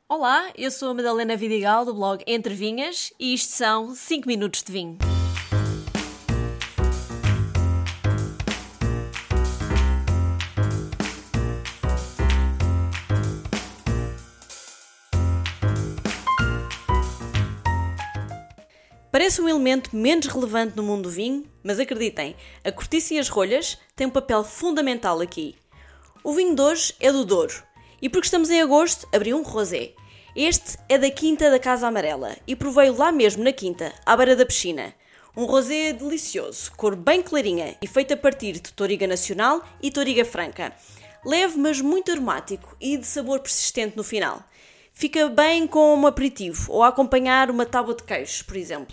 Olá, eu sou a Madalena Vidigal do blog Entre Vinhas e isto são 5 minutos de vinho. Parece um elemento menos relevante no mundo do vinho, mas acreditem, a cortiça e as rolhas têm um papel fundamental aqui. O vinho de hoje é do Douro e porque estamos em agosto, abri um rosé. Este é da Quinta da Casa Amarela e provei-o lá mesmo na quinta, à beira da piscina. Um rosé delicioso, cor bem clarinha e feito a partir de touriga nacional e touriga franca. Leve, mas muito aromático e de sabor persistente no final. Fica bem com um aperitivo ou a acompanhar uma tábua de queijos, por exemplo.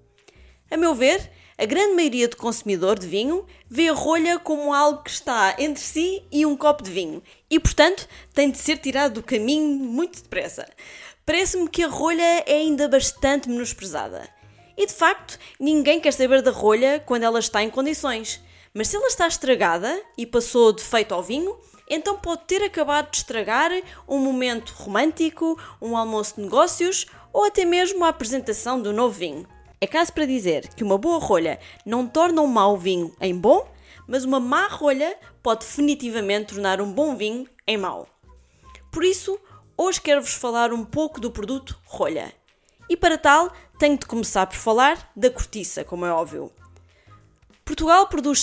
A meu ver, a grande maioria do consumidor de vinho vê a rolha como algo que está entre si e um copo de vinho e, portanto, tem de ser tirado do caminho muito depressa. Parece-me que a rolha é ainda bastante menosprezada. E, de facto, ninguém quer saber da rolha quando ela está em condições. Mas se ela está estragada e passou defeito ao vinho, então pode ter acabado de estragar um momento romântico, um almoço de negócios ou até mesmo a apresentação do novo vinho. É caso para dizer que uma boa rolha não torna um mau vinho em bom, mas uma má rolha pode definitivamente tornar um bom vinho em mau. Por isso, hoje quero-vos falar um pouco do produto rolha. E para tal, tenho de começar por falar da cortiça, como é óbvio. Portugal produz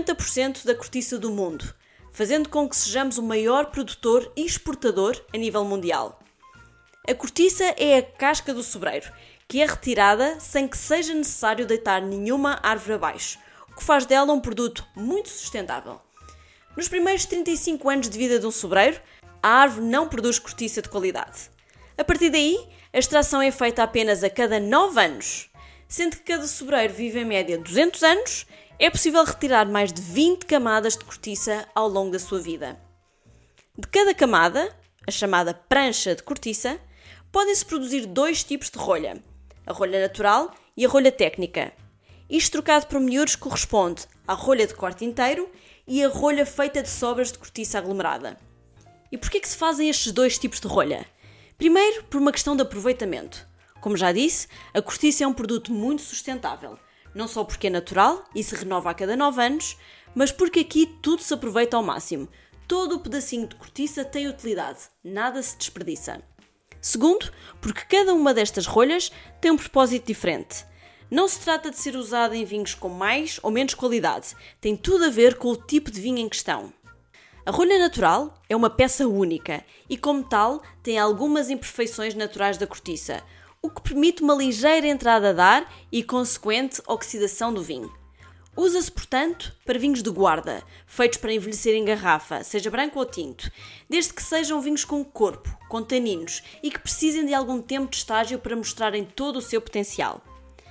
50% da cortiça do mundo, fazendo com que sejamos o maior produtor e exportador a nível mundial. A cortiça é a casca do sobreiro, que é retirada sem que seja necessário deitar nenhuma árvore abaixo, o que faz dela um produto muito sustentável. Nos primeiros 35 anos de vida de um sobreiro, a árvore não produz cortiça de qualidade. A partir daí, a extração é feita apenas a cada 9 anos. Sendo que cada sobreiro vive em média 200 anos, é possível retirar mais de 20 camadas de cortiça ao longo da sua vida. De cada camada, a chamada prancha de cortiça, podem-se produzir 2 tipos de rolha, a rolha natural e a rolha técnica. Isto trocado por miúdos corresponde à rolha de corte inteiro e à rolha feita de sobras de cortiça aglomerada. E porquê que se fazem estes 2 tipos de rolha? Primeiro, por uma questão de aproveitamento. Como já disse, a cortiça é um produto muito sustentável, não só porque é natural e se renova a cada 9 anos, mas porque aqui tudo se aproveita ao máximo. Todo o pedacinho de cortiça tem utilidade, nada se desperdiça. Segundo, porque cada uma destas rolhas tem um propósito diferente. Não se trata de ser usada em vinhos com mais ou menos qualidade, tem tudo a ver com o tipo de vinho em questão. A rolha natural é uma peça única e, como tal, tem algumas imperfeições naturais da cortiça, o que permite uma ligeira entrada de ar e consequente oxidação do vinho. Usa-se, portanto, para vinhos de guarda, feitos para envelhecer em garrafa, seja branco ou tinto, desde que sejam vinhos com corpo, com taninos e que precisem de algum tempo de estágio para mostrarem todo o seu potencial.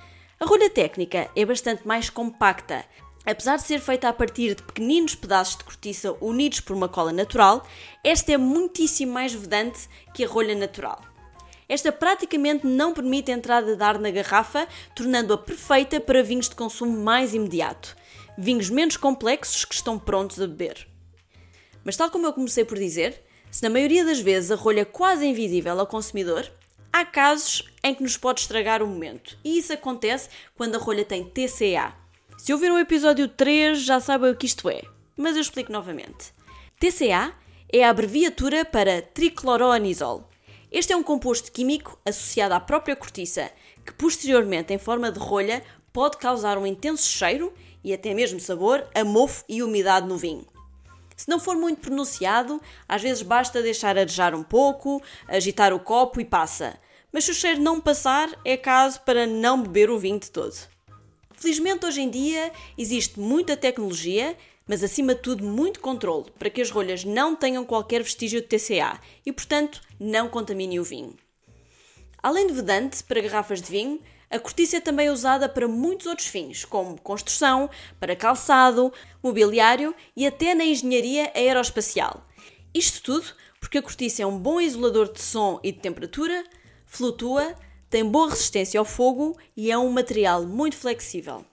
A rolha técnica é bastante mais compacta. Apesar de ser feita a partir de pequeninos pedaços de cortiça unidos por uma cola natural, esta é muitíssimo mais vedante que a rolha natural. Esta praticamente não permite a entrada de ar na garrafa, tornando-a perfeita para vinhos de consumo mais imediato. Vinhos menos complexos que estão prontos a beber. Mas tal como eu comecei por dizer, se na maioria das vezes a rolha é quase invisível ao consumidor, há casos em que nos pode estragar o momento. E isso acontece quando a rolha tem TCA. Se ouviram o episódio 3 já sabem o que isto é, mas eu explico novamente. TCA é a abreviatura para tricloroanisol. Este é um composto químico associado à própria cortiça, que posteriormente, em forma de rolha, pode causar um intenso cheiro e até mesmo sabor a mofo e umidade no vinho. Se não for muito pronunciado, às vezes basta deixar arejar um pouco, agitar o copo e passa. Mas se o cheiro não passar, é caso para não beber o vinho de todo. Felizmente, hoje em dia, existe muita tecnologia, mas acima de tudo muito controle, para que as rolhas não tenham qualquer vestígio de TCA e, portanto, não contaminem o vinho. Além de vedante para garrafas de vinho, a cortiça é também usada para muitos outros fins, como construção, para calçado, mobiliário e até na engenharia aeroespacial. Isto tudo porque a cortiça é um bom isolador de som e de temperatura, flutua, tem boa resistência ao fogo e é um material muito flexível.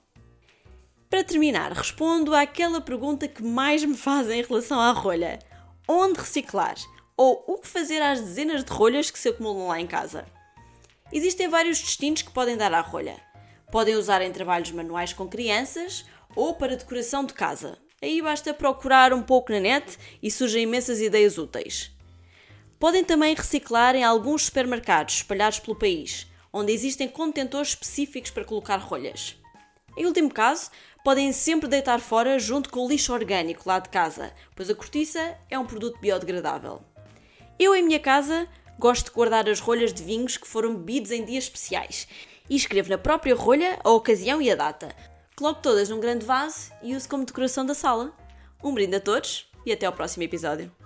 Para terminar, respondo àquela pergunta que mais me fazem em relação à rolha. Onde reciclar? Ou o que fazer às dezenas de rolhas que se acumulam lá em casa? Existem vários destinos que podem dar à rolha. Podem usar em trabalhos manuais com crianças ou para decoração de casa. Aí basta procurar um pouco na net e surgem imensas ideias úteis. Podem também reciclar em alguns supermercados espalhados pelo país, onde existem contentores específicos para colocar rolhas. Em último caso, podem sempre deitar fora junto com o lixo orgânico lá de casa, pois a cortiça é um produto biodegradável. Eu, em minha casa, gosto de guardar as rolhas de vinhos que foram bebidos em dias especiais e escrevo na própria rolha a ocasião e a data. Coloco todas num grande vaso e uso como decoração da sala. Um brinde a todos e até ao próximo episódio.